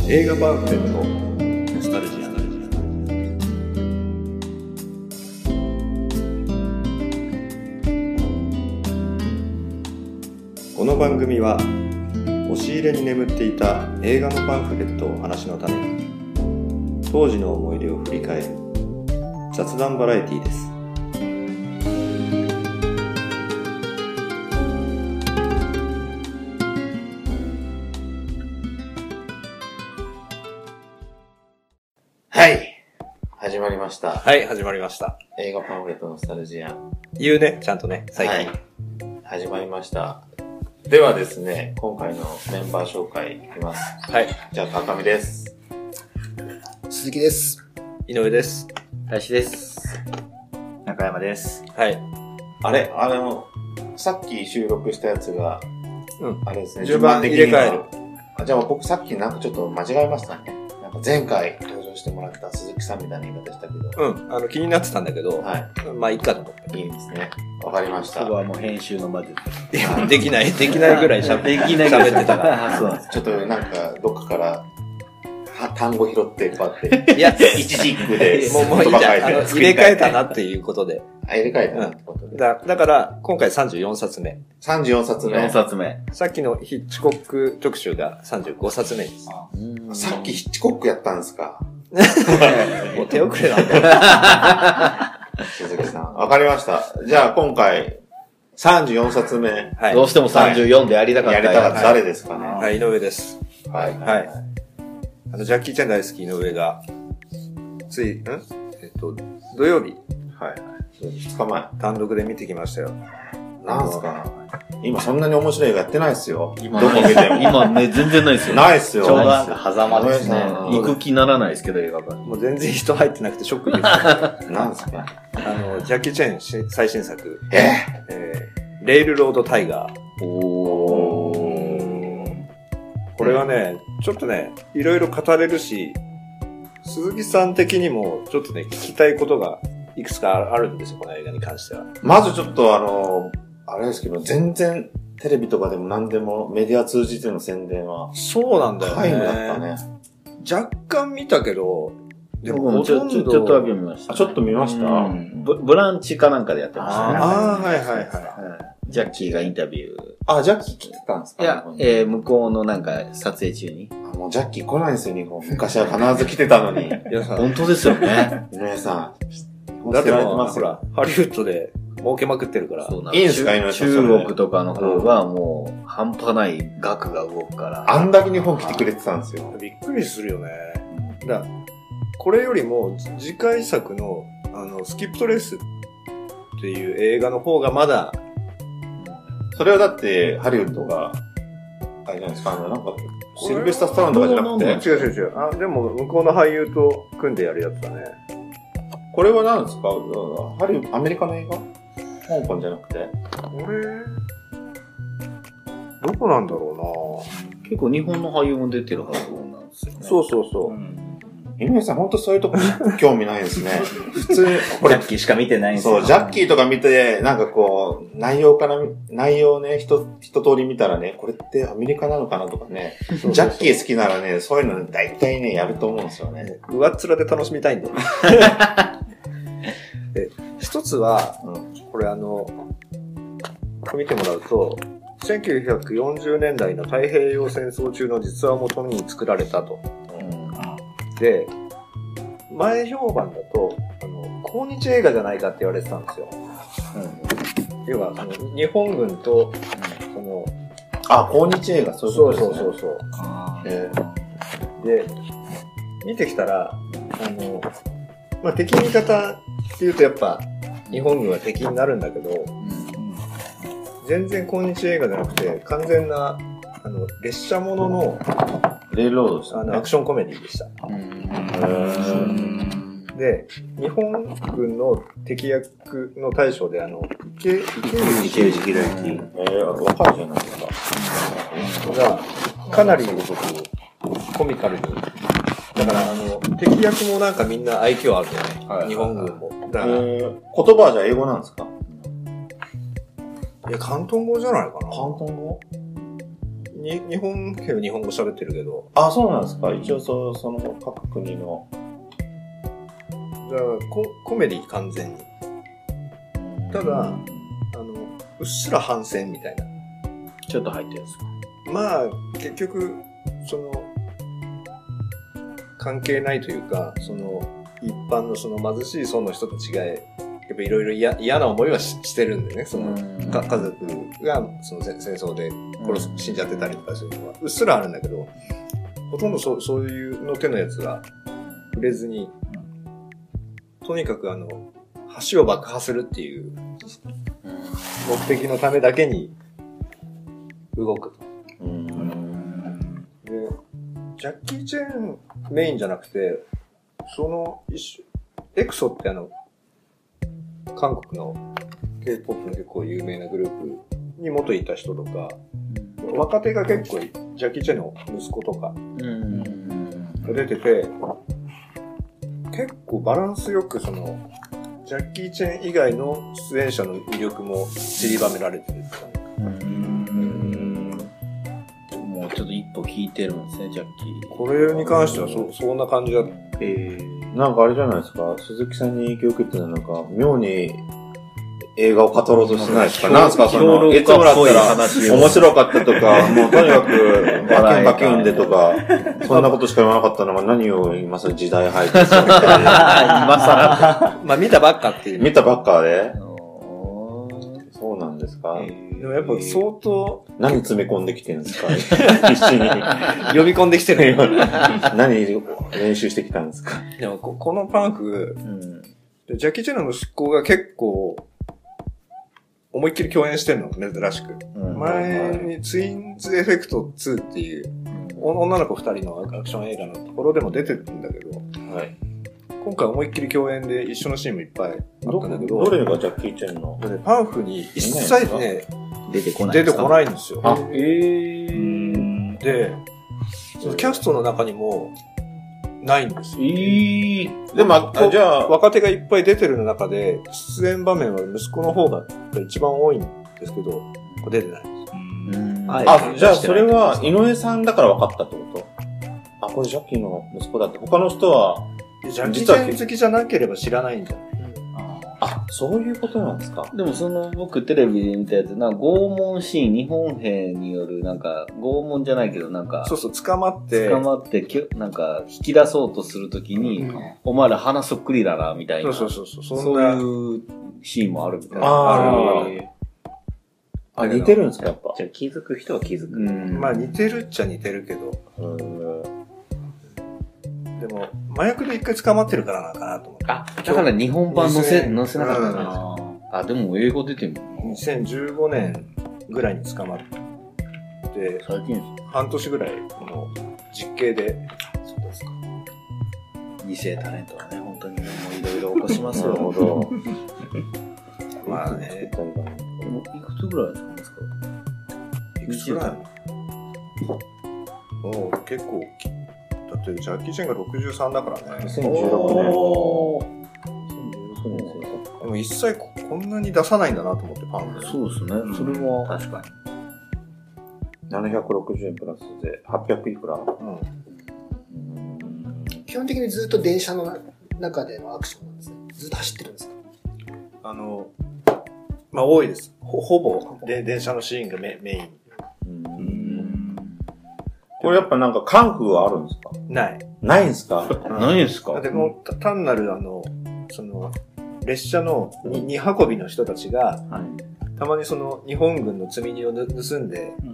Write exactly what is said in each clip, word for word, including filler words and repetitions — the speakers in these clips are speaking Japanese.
映画パンフレットノスタルジア。この番組は押し入れに眠っていた映画のパンフレットをお話のために当時の思い出を振り返る雑談バラエティです。 はい、始まりました。 はい、始まりました。 映画パンフレットノスタルジア。 言うね、ちゃんとね、最近。 はい、始まりました。ではですね、今回のメンバー紹介いきます。 はい。 じゃあ、高見です。 鈴木です。 井上です。 林です。中山です。 はい。 あれあの、さっき収録したやつが、 うん。 あれですね、 順番入れ替える。 あ、じゃあ僕さっきなんかちょっと間違えましたね。なんか前回登場してもらった鈴木さんみたいな言い方したけど。 うん。あの、気になってたんだけど、はい。まあ、いいかと思って。 いいですね。わかりました。 そこはもう編集の場で。 できない、できないぐらい喋できないぐらい喋ってたから。 そうちょっとなんか、どっかから、単語拾って、こうやって。 いや、 一軸で、 もう、もういいじゃん。あの、入れ替えたなっていうことで。 あ、入れ替えたなってことで。 だ、だから、今回さんじゅうよんさつめ。 さんじゅうよんさつめ。 よんさつめ。 さっきのヒッチコック特集がさんじゅうごさつめです。 さっきヒッチコックやったんですか？ もう手遅れなんだよ。 鈴木さん。わかりました。じゃあ今回、さんじゅうよんさつめ。 はい。どうしてもさんじゅうよんでやりたかった。 やりたかった。誰ですかね？ はい、井上です。 はい。 はい。あの、ジャッキーちゃん大好き井上が、つい、んえっと、土曜日。 はい。ふつかまえ。 単独で見てきましたよ。 なんすか今そんなに面白い映画やってないっすよ。 今、どこ見ても。今ね、全然ないっすよ。 ないっすよ。 ちょうどなんか狭間ですね。行く気ならないですけど、映画館。 もう全然人入ってなくてショックです。 なんすかあの、ジャッキー・チェン最新作。 ええー、レイルロード・タイガー。 おー。 これはね、ちょっとね、いろいろ語れるし、鈴木さん的にもちょっとね、聞きたいことがいくつかあるんですよ、この映画に関しては。 まずちょっとあの、あれですけど、全然テレビとかでも何でもメディア通じての宣伝は。 そうなんだよね。 タイムだったね。 若干見たけど、 でもほとんどちょ、ちょっとだけ見ました、 ね。あ、ちょっと見ました、うん、 ブ, ブランチかなんかでやってましたね。 ああ、はいはいはい。 ジャッキーがインタビュー。 あ、ジャッキー来てたんですか？ いや、えー、向こうのなんか撮影中に。 あ、もうジャッキー来ないんですよ、日本。昔は必ず来てたのに。いや、本当ですよね。 井上さん。 だってもう、ほら、ハリウッドで儲けまくってるから。 そうなんいいんですか、井上さん。 中国とかの方がもう、半端ない額が動くから。 あんだけ日本来てくれてたんですよ。 びっくりするよね。だこれよりも、次回作の、あの、スキップトレースっていう映画の方がまだ、 それはだって、ハリウッドが、あれじゃないですか、あの、なんか、シルベスター・スタローンとかじゃなくて。 違う違う違う。あ、でも、向こうの俳優と組んでやるやつだね。 これは何ですか？ハリウッド、アメリカの映画？香港じゃなくて。 これ、どこなんだろうな。結構日本の俳優も出てるはずなんですよね。 そうそうそう。うん井上さん、ほんとそういうとこ興味ないですね。普通、 これ、ジャッキーしか見てないんですよ。 そう、ジャッキーとか見て、なんかこう、内容から、内容ね、一、一通り見たらね、これってアメリカなのかなとかね、ジャッキー好きならね、そういうの大体ね、やると思うんですよね。 上っ面で楽しみたいんで。で、一つは、うん、これあの、見てもらうと、せんきゅうひゃくよんじゅうねんだいの太平洋戦争中の実話をもとに作られたと。で、前評判だと、あの、抗日映画じゃないかって言われてたんですよ。うん、要は、あの、日本軍と、うん、その、 あ、抗日映画、そういうことですね。 そうそうそうそう。えー、で、見てきたら、あの、まあ、敵味方っていうとやっぱ、日本軍は敵になるんだけど、うん、全然抗日映画じゃなくて、完全な、あの、列車ものの、 レイルロードでした、ね、 あの、アクションコメディでした。で、日本軍の敵役の大将で、あの、池内池内博之。 えー、若いじゃないですか。 が、かなりコミカルに。だから、あの、敵役もなんかみんな愛嬌あるよね。はい、日本軍も。だから、 えー、言葉はじゃあ英語なんですか？ いや、広東語じゃないかな。 広東語？ に日本兵は日本語喋ってるけど。 あ、そうなんですか。一応そう、その各国の。 じゃあコ、コメディ完全に。ただ、あの、うっすら反戦みたいな。 ちょっと入ってるんですか。 まあ、結局、その、関係ないというか、その、一般のその貧しい層の人たちが、やっぱいろいろ嫌な思いは し, してるんでね、その、か家族がその戦争で殺す、死んじゃってたりとかするのは、うっすらあるんだけど、ほとんどそ う, そういうの手のやつが触れずに、とにかくあの、橋を爆破するっていう目的のためだけに動くと。で、ジャッキー・チェーンメインじゃなくて、その一エクソってあの、韓国の K-ポップ の結構有名なグループに元いた人とか、若手が結構ジャッキー・チェンの息子とかが出てて、結構バランスよくそのジャッキー・チェン以外の出演者の魅力も散りばめられてるって感じ。 もうちょっと一歩引いてるんですね、ジャッキー。 これに関しては そ, そんな感じだって。 なんかあれじゃないですか、鈴木さんに影響を受けてるのはなんか、妙に映画を語ろうとしてないですか。なんですか、その、いつもだったら面白かったとか、もうとにかくバキュンバキュンでとか、そんなことしか言わなかったのが何を今更時代背景するみたいな。 今更。 まあ見たばっかっていう。 見たばっかでそうなんですか。 でもやっぱ相当。 何詰め込んできてるんですか必死に。 呼び込んできてる。 何練習してきたんですか。 でも こ, このパンフ、うん、ジャッキー・チェンの息子が結構、思いっきり共演してるの珍しく。うん、前にツインズエフェクトツーっていう、うん、女の子二人のアクション映画のところでも出てるんだけど、はい、今回思いっきり共演で一緒のシーンもいっぱいあったんだけど、 どれがジャッキー・チェンの？ でパンフに一切ね、 出てこない出てこないんですよ。 あ、えー、 で、そのキャストの中にもないんですよ。 えー、 でも、じゃあ、 若手がいっぱい出てる中で、出演場面は息子の方が一番多いんですけど、出てないんですよ。 うんあ、じゃあそれは井上さんだから分かったってこと？あ、これジャッキーの息子だって。他の人は、 ジャッキーちゃん好きじゃなければ知らないんじゃない？ あ、そういうことなんですか。 でもその僕テレビで見たやつ、なんか拷問シーン、日本兵によるなんか拷問じゃないけどなんかそうそう捕まって捕まってなんか引き出そうとするときに、うん、お前ら鼻そっくりだなみたいなそうそうそうそうそういうシーンもあるみたいな。 ああるあ似てるんですかやっぱ。 じゃあ気づく人は気づく。 うん、まあ似てるっちゃ似てるけど。でも麻薬で一回捕まってるからなのかなと思って。 あ、だから日本版載せ、載せなかったな、うん、あ、でも英語出てるもん。 にせんじゅうごねんぐらいに捕まって、 最近半年ぐらいの実刑で。 そうですか。二世タレントはね、本当にもういろいろ起こしますよ。 なるほど。 まあね。 でもいくつぐらいですか？ いくつぐらい？おー、結構大きい。だってジャッキー・チェンがろくじゅうさんだからね。 にせんじゅうろくねん。 でも一切 こ, こんなに出さないんだなと思ってパンで。 そうですね。うん、それは確かに。ななひゃくろくじゅうえんプラスではっぴゃくいくら。うん。 基本的にずっと電車の中でのアクションなんですね。ずっと走ってるんですか？ あの、まあ多いです。ほ, ほぼで電車のシーンが メ, メイン。 これやっぱなんかカンフーはあるんですか？ ない。 ないんですか？ ないですか？ でも単なるあの、その、列車の荷運びの人たちが、はい、たまにその日本軍の積み荷を盗んで、うん、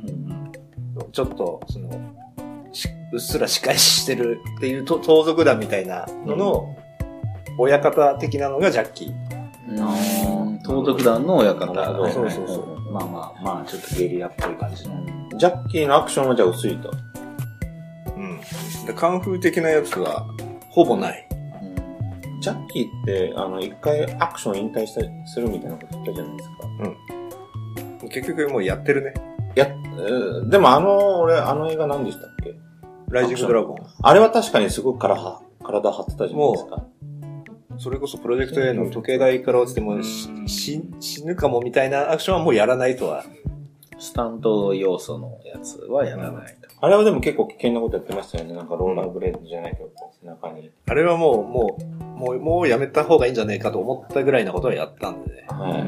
ちょっとその、うっすら仕返ししてるっていう盗賊団みたいなのの、親方的なのがジャッキー。 うん、盗賊団の親方。 そうそうそう。 まあまあまあ、ちょっとゲリラっぽい感じの。 ジャッキーのアクションはじゃあ薄いと。 うん。でカンフー的なやつはほぼない。 うん、ジャッキーってあの一回アクション引退したりするみたいなこと言ったじゃないですか。 うん。結局もうやってるね。 や、えー、でもあの俺あの映画何でしたっけ？ ライジングドラゴン。 あれは確かにすごく体体張ってたじゃないですか。 それこそプロジェクト A の時計台から落ちても死ぬかもみたいなアクションはもうやらないとはスタント要素のやつはやらないと。 あれはでも結構危険なことやってましたよね。なんかローラーブレードじゃないけど、背中に。 あれはもう、もう、もう、もうやめた方がいいんじゃないかと思ったぐらいなことはやったんでね。 はい。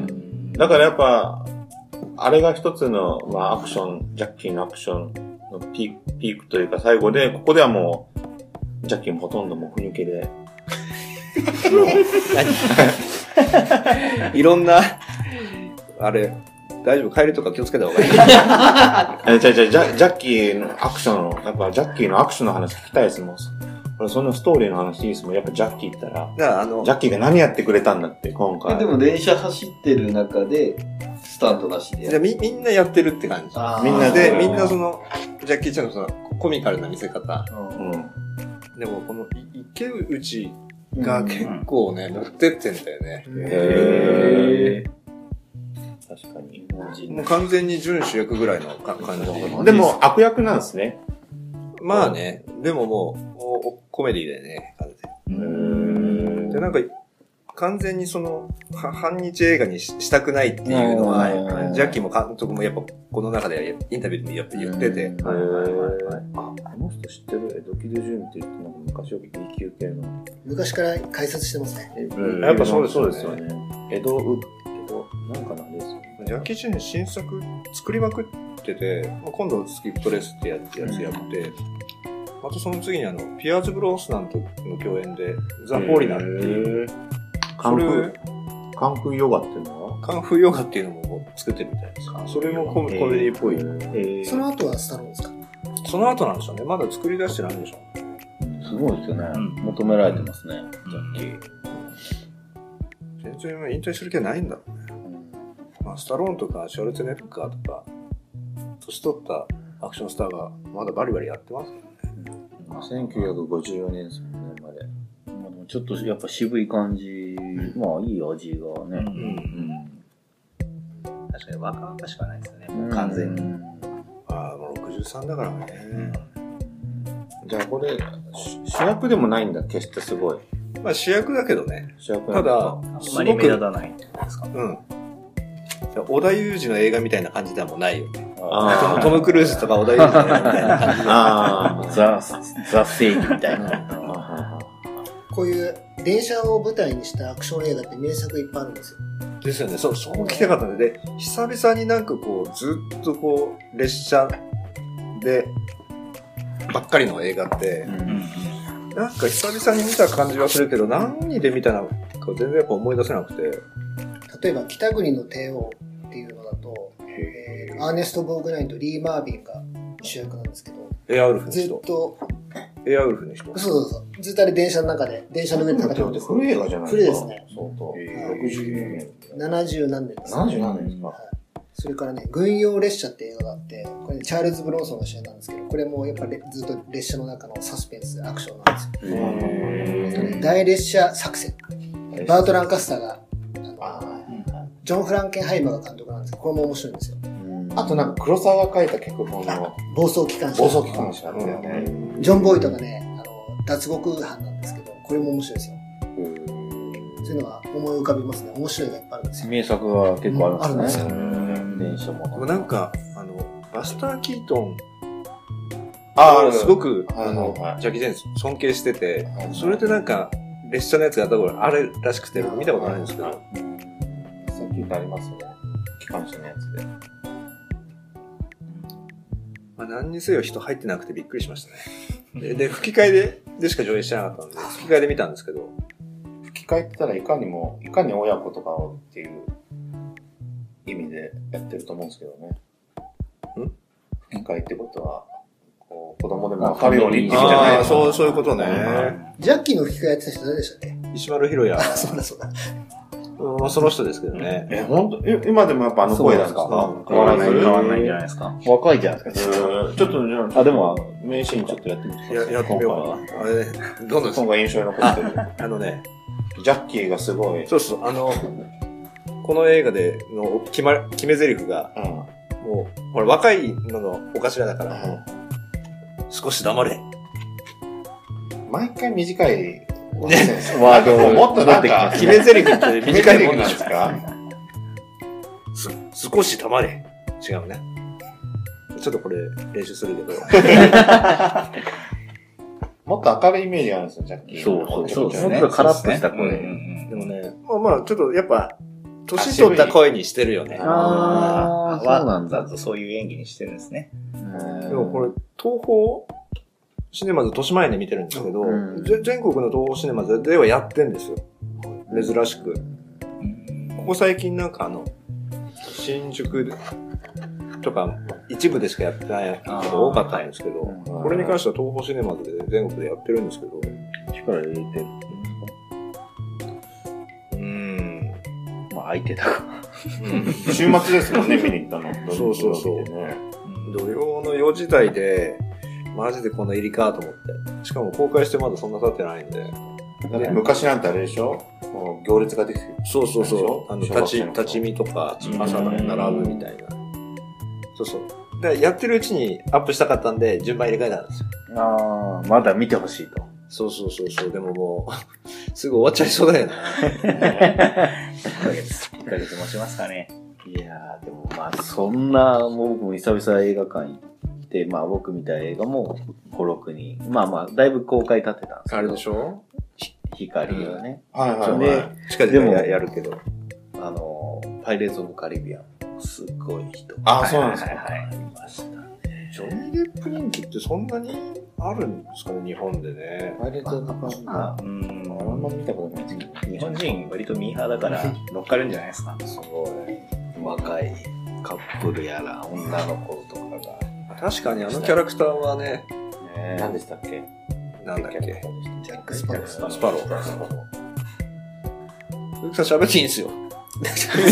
だからやっぱ、あれが一つの、まあアクション、ジャッキーのアクションのピーク、ピークというか最後で、ここではもう、ジャッキーもほとんどもうふにゅけで。 いろんな、あれ、大丈夫帰りとか気をつけた方がいい。 え、じゃじゃジャジャッキーのアクション、やっぱジャッキーのアクションの話聞きたいですもん。これそのストーリーの話いいですもん。やっぱジャッキー言ったら、 だからあのジャッキーが何やってくれたんだって今回。 でも電車走ってる中で、スタントなしでやる。 み、みんなやってるって感じ。みんなで、みんなその、ジャッキーちゃんのそのコミカルな見せ方。 うん。 でもこの池内が結構ね、乗ってってんだよね。 へー。確かに。 もう完全に準主役ぐらいの感じ。 でも悪役なんですね。 まあね、でももう、もうコメディでね、完全に。で、なんか、完全にその、反日映画に し, したくないっていうのは、ジャッキーも監督もやっぱこの中でインタビューでやっぱ言ってて。 あ、この人知ってるエドキドジューンって言ってなんか昔よく B 級系の。 昔から解説してますね。 やっぱそうです、そうですよね。 エドウッド、なんかなんですよ。 ジャッキー・チェン新作作りまくってて、今度スキップレスってやつやって、またその次にあの、ピアーズ・ブロンスナンとの共演で、ザ・フォーリナーっていう。 カンフー、カンフーヨガっていうのはカンフーヨガっていうのも作ってるみたいです。それもコメディっぽい。 その後はスタローンですか？ その後なんでしょうね。まだ作り出してないんでしょうね。すごいですよね。求められてますね、ジャッキー。 全然引退する気はないんだろうね。まあ、スタローンとかシャルツェネッガーとか、年取ったアクションスターがまだバリバリやってますからね。 せんきゅうひゃくごじゅうよねんですもんね、まで。 ちょっとやっぱ渋い感じ、まあいい味がね。うんうん、確かに若々しかないですよね、もう完全に。ああ、もうろくじゅうさんだからね。 うん、じゃあこれ、主役でもないんだ、決してすごい。 まあ主役だけどね。 主役ただ、 あんまり目立たないんですか。 うん。織田裕二の映画みたいな感じではもうないよね。あトム・クルーズとか織田裕二の映画みたいな感じで。 ああ、ザ・ザ・正義みたいな。 こういう電車を舞台にしたアクション映画って名作いっぱいあるんですよ。 ですよね。そう、そう来たかったので、久々になんかこう、ずっとこう、列車で、ばっかりの映画って、うん、なんか久々に見た感じはするけど、何で見たのか全然やっぱ思い出せなくて。 例えば、北国の帝王っていうのだと、えー、アーネスト・ボーグナインとリー・マービンが主役なんですけど、 エアウルフの人。 ずっと、 エアウルフの人。 そうそうそう。ずっとあれ電車の中で、電車の上で戦うんです。 古い映画じゃないですか。古いですね。 そうと。ろくじゅうねん。 ななじゅう何年ですか。ななじゅう何年ですか。 はい。それからね、軍用列車って映画があって、これチャールズ・ブロンソンが主演なんですけど、これもやっぱりずっと列車の中のサスペンス、アクションなんですよ。へー。大列車作戦。バート・ランカスターが、あの、ジョン・フランケンハイマーが監督なんですけど、これも面白いんですよ。 あとなんか黒沢が書いた脚本の暴走機関車。 暴走機関車あったよね。 ジョン・ボイトがね、あの、脱獄犯なんですけど、これも面白いですよ。そういうのが思い浮かびますね。面白いがいっぱいあるんですよ。 名作が結構あるんですね。 うん、あるんですよ。 電車も。 でもなんか、あの、バスター・キートン、 ああ、 すごく、 はいはいはい、 あの、ジャッキー・チェン尊敬してて、はいはい、それでなんか、列車のやつがあった頃、あれらしくて、見たことないんですけど。さっき言ってありますね。機関車のやつで。 まあ、何にせよ人入ってなくてびっくりしましたね。で、で吹き替えで、でしか上映してなかったんで、吹き替えで見たんですけど。 吹き替えって言ったらいかにも、いかに親子とかをっていう意味でやってると思うんですけどね。ん吹き替えってことは、こう、子供でもわかるようにって意味じゃないですか。 そう、そういうことね。 ジャッキーの吹き替えやってた人誰でしたっけ？ 石丸ひろや。 あ、そうだそうだ。 まあ、その人ですけどね。 え、本当今でもやっぱあの声なんですか？ 変わらない、変わらないんじゃないですか。若いじゃないですか。 ちょっと、 あ、でも、 名シーンちょっとやってみて。 や、やってみようかな。あれね、どんどん。 今回印象に残ってる。 あのね、 ジャッキーがすごい。 そうそう、あの、この映画での決ま、決め台詞が、うん、もう、ほら、若いののお頭だから、うん、少し黙れ。 毎回短い。 ね、 ワードをもっとなんか、 決め台詞って短いもんなんですか？ す、少し黙れ。違うね。 ちょっとこれ練習するけど。 もっと明るいイメージがあるんですよ、ジャッキー。 そうそうそうですね。 もっとカラッとした声。 でもね、まあまあ、ちょっとやっぱ、年取った声にしてるよね。 ああ、そうなんだ。 そういう演技にしてるんですね。 でもこれ、東宝シネマズ、豊島園で見てるんですけど、全国の東宝シネマズではやってんですよ。珍しく。ここ最近なんかあの、新宿とか一部でしかやってないこと多かったんですけど、これに関しては東宝シネマズで全国でやってるんですけど、 力入れてるんですか？ うーん。 まあ空いてたか。 週末ですもんね、見に行ったの。 そうそうそう。土曜のよじ台で、マジでこの入りかと思って。しかも公開してまだそんな経ってないんで。 昔なんてあれでしょ？もう行列ができてる。 そうそうそう。あの、立ち、立ち見とか、朝の並ぶみたいな。そうそう。で、やってるうちにアップしたかったんで、順番入れ替えたんですよ。 ああ、まだ見てほしいと。 そうそうそうそう。でももう、すぐ終わっちゃいそうだよね。 いっかげつ、いっかげつ持ちますかね。 いやー、でもまあ、そんな、もう僕も久々映画館行って、まあ僕見た映画もご、ろくにん。まあまあ、だいぶ公開立ってたんですけど。 あれでしょ？ 光がね。 はいはいはい。 で、近々やるけど。 あの、パイレーツ・オブ・カリビアン、すごい人。 あ、そうなんですか。 はい、いましたね。 ジョニー・デップ人気ってそんなにあるんですかね、日本でね。 パイレーツ・オブ・カリビアン。 うん。 あんま見たことないですけど。 日本人割とミーハーだから乗っかるんじゃないですか。 すごい。若いカップルやら、女の子とかが。 確かにあのキャラクターはね、 何でしたっけ？ なんだっけ？ ジャック・スパロー。 スパロー。鈴木さん喋っていいんですよ。 どう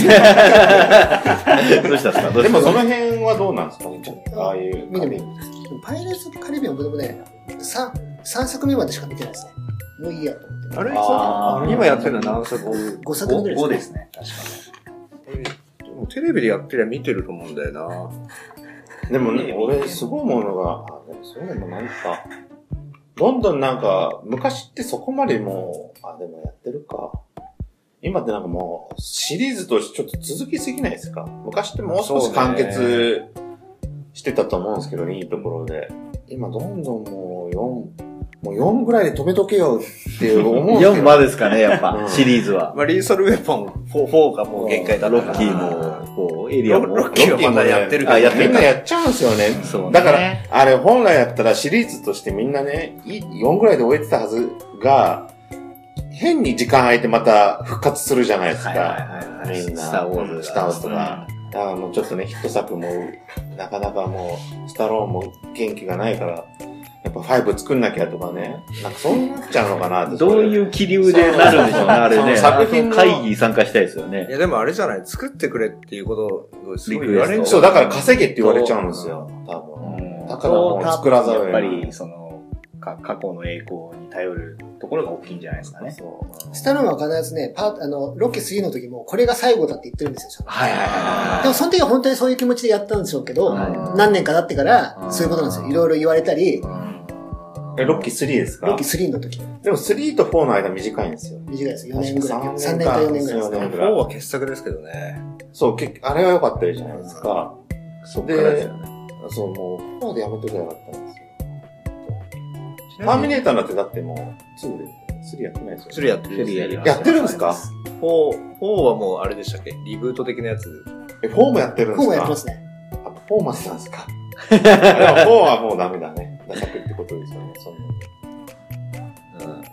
したんですか？ でもその辺はどうなんですかね？ああいう。 見てみる。パイレーツ・オブ・カリビアン僕でもね、さんさくめまでしか見てないですね。もういいやと思って。 あれ今やってるのは何作？ ごさくめぐらいごですね。確かに。でもテレビでやってりゃ見てると思うんだよな。 でもね、俺すごい思うのが、あ、でもそういうのもなんか、どんどんなんか、昔ってそこまでもう、あ、でもやってるか。今ってなんかもう、シリーズとしてちょっと続きすぎないですか？昔ってもう少し完結してたと思うんですけどね、いいところで。今どんどんもうよん、もうよんぐらいで止めとけよって思うんですけど。 よんまでですかね、やっぱ、うん、シリーズは。 まあ、リーサルウェポンフォー、フォーがもう限界だった。 ロッキーも、こう、エリアも。 ロッキーはまだやってるから、ね。あ、みんなやっちゃうんですよね。 そうね。 だから、あれ本来やったらシリーズとしてみんなね、よんぐらいで終えてたはずが、変に時間空いてまた復活するじゃないですか。はいはいはい、みんな。 スターウォーズ。 スターウォーズとか。うん、だからもうちょっとね、ヒット作も、なかなかもう、スタローンも元気がないから、やっぱファイブ作んなきゃとかね。なんかそうなっちゃうのかなって。 どういう気流でなるんでしょうね、あれね。作品会議参加したいですよね。 いやでもあれじゃない、作ってくれっていうことをすごい言われる。 そう、だから稼げって言われちゃうんですよ。多分。だからもう作らざるを得ない。 やっぱり、その、過去の栄光に頼るところが大きいんじゃないですかね。 そうスタローンは必ずね、パーあの、ロケスリーの時もこれが最後だって言ってるんですよ。 はいはいはい。 でもその時は本当にそういう気持ちでやったんでしょうけど、何年か経ってからそういうことなんですよ。いろいろ言われたり。 え、ロッキースリーですか？ ロッキースリーの時。 でもスリーとフォーの間短いんですよ。 短いです。よねんぐらい。さんねんかよねんぐらいです。 フォーは傑作ですけどね。 そう、けあれは良かったじゃないですか。 そっからですよね。 そう、もう、フォーでやめときゃよかったんですよ。ターミネーターだってだってもう、ツーで、スリーやってないですよね。 スリーやってる。やってるんですか？ フォー、フォーはもうあれでしたっけ？リブート的なやつ。 え、フォーもやってるんですか？ フォーもやってますね。 あ、フォーマスなんですか？でもフォーはもうダメだね。ダサくってことですよね、そんなに。 うん。うん。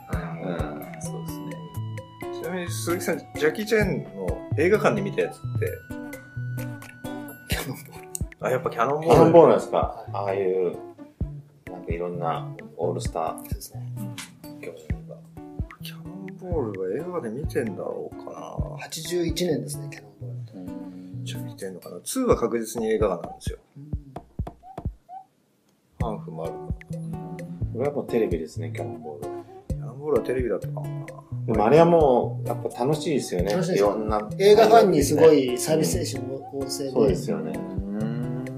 そうですね。ちなみに鈴木さん、ジャッキー・チェンの映画館で見たやつって、 キャノンボール。 あ、やっぱキャノンボール。 キャノンボールですか？ああいう、なんかいろんなオールスター。そうですね。 キャノンボールは映画で見てんだろうかな。 はちじゅういちねんですね、キャノンボール。 じゃあ見てんのかな。ツーは確実に映画館なんですよ。ハンフもあるから。 これはもうテレビですね、キャノンボール。 キャノンボールはテレビだったかな。 でもあれはもう、やっぱ楽しいですよね。 楽しいです。 いろんな。 映画ファンにすごいサービス精神旺盛で。 そうですよね。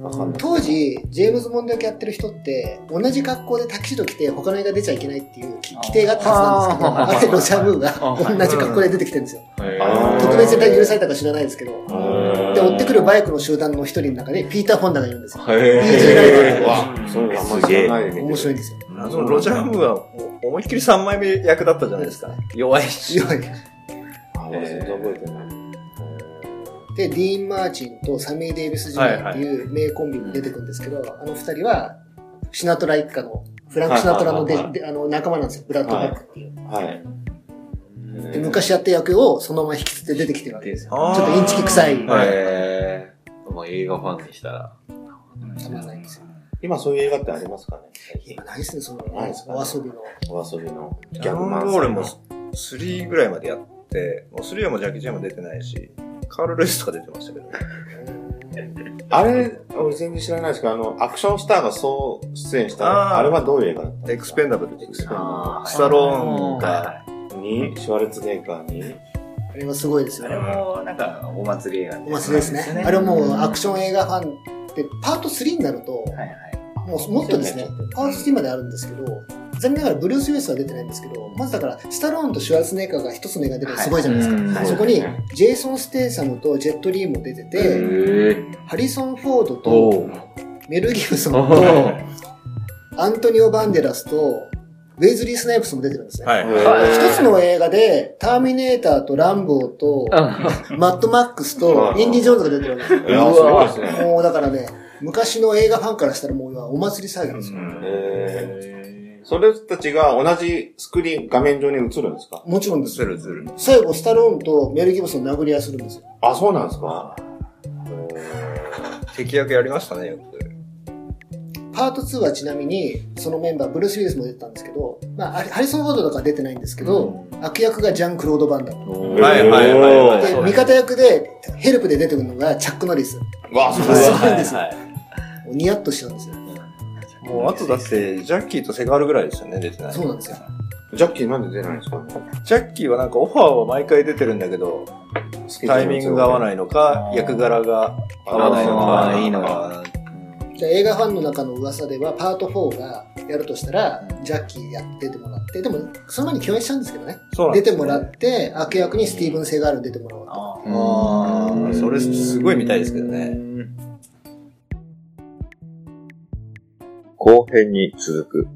当時、ジェームズ・ボンド役やってる人って、同じ格好でタキシード着て他の映画出ちゃいけないっていう規定があったはずなんですけど、あれロジャー・ムーが同じ格好で出てきてるんですよ。特別に許されたか知らないですけど、で、追ってくるバイクの集団の一人の中でピーター・フォンダがいるんですよ。ピージー ライダーが。 そういうあんまり知らないで。 面白いんですよ。 そのロジャー・ムーは思いっきりさんまいめ役だったじゃないですか。弱いし。 弱い。 あ、全然覚えてない。 で、ディーン・マーチンとサミー・デイビス・ジュニアっていう名コンビも出てくるんですけど、あの二人はシナトラ一家のフランク・シナトラのでであの仲間なんですよ。ブラッド・ハックっていう。 はい。 で昔やった役をそのまま引き継いで出てきてるわけですよ。ちょっとインチキ臭い。 へー。もう映画ファンにしたら。 たまらないんですよ。 今そういう映画ってありますかね？ 今ないですね、その、 ないですかね、 お遊びの。 お遊びの。ギャグマン。俺もスリーぐらいまでやって、もうスリーはもうジャッキー・チェンも出てないし、カール・ルイスとか出てましたけど。 あれ、俺全然知らないですけど、あの、アクションスターがそう出演した、あれはどういう映画だったんですか？ エクスペンダブルです。スターローンが、 に、シュワルツェネッガーに。 あれはすごいですよ。 あれも、なんか、お祭り映画。 お祭りですね。あれはもうアクション映画ファンで、パートスリーになると、 はいはい。 もうもっとですね、パートスリーまであるんですけど、残念ながらブルース・ウィリスは出てないんですけど、まずだから、スタローンとシュワルツェネッガーが一つの映画出るのすごいじゃないですか。 はい、 そこに、ジェイソン・ステイサムとジェット・リーも出てて、ハリソン・フォードと、メル・ギブソンと、アントニオ・バンデラスと、ウェイズリー・スナイプスも出てるんですね。はい、一つの映画で、ターミネーターとランボーと、マッドマックスと、インディ・ジョーンズが出てるんですよ。 いや、すごいですね。 もうだからね、昔の映画ファンからしたらもうお祭り騒ぎですよ。 へー。それたちが同じスクリーン、画面上に映るんですか？ もちろんです。 映る映る。 最後、スタローンとメル・ギブソン殴り合いするんですよ。 あ、そうなんですか？ 敵役やりましたね、よく。 パートツーはちなみに、そのメンバー、ブルース・ウィリスも出てたんですけど、まあ、ハリソン・フォードとか出てないんですけど、うん、悪役がジャン・クロード・バンダム。 はいはいはい。 で、味方役で、ヘルプで出てくるのがチャック・ノリス。 わあ、すごい。 すごいんですよ。ニヤッとしちゃうんですよ。 もう、あとだって、ジャッキーとセガールぐらいですよね、出てない。 そうなんですよ。 ジャッキーなんで出ないんですか？ ジャッキーはなんかオファーは毎回出てるんだけど、タイミングが合わないのか、役柄が合わないのか、いいのか。 じゃあ映画ファンの中の噂ではパートフォーがやるとしたら、ジャッキーやって出てもらって、でもその前に共演しちゃうんですけどね。そうなんですね。出てもらって、悪役にスティーブン・セガールに出てもらおうと。 ああ、それすごい見たいですけどね。 後編に続く。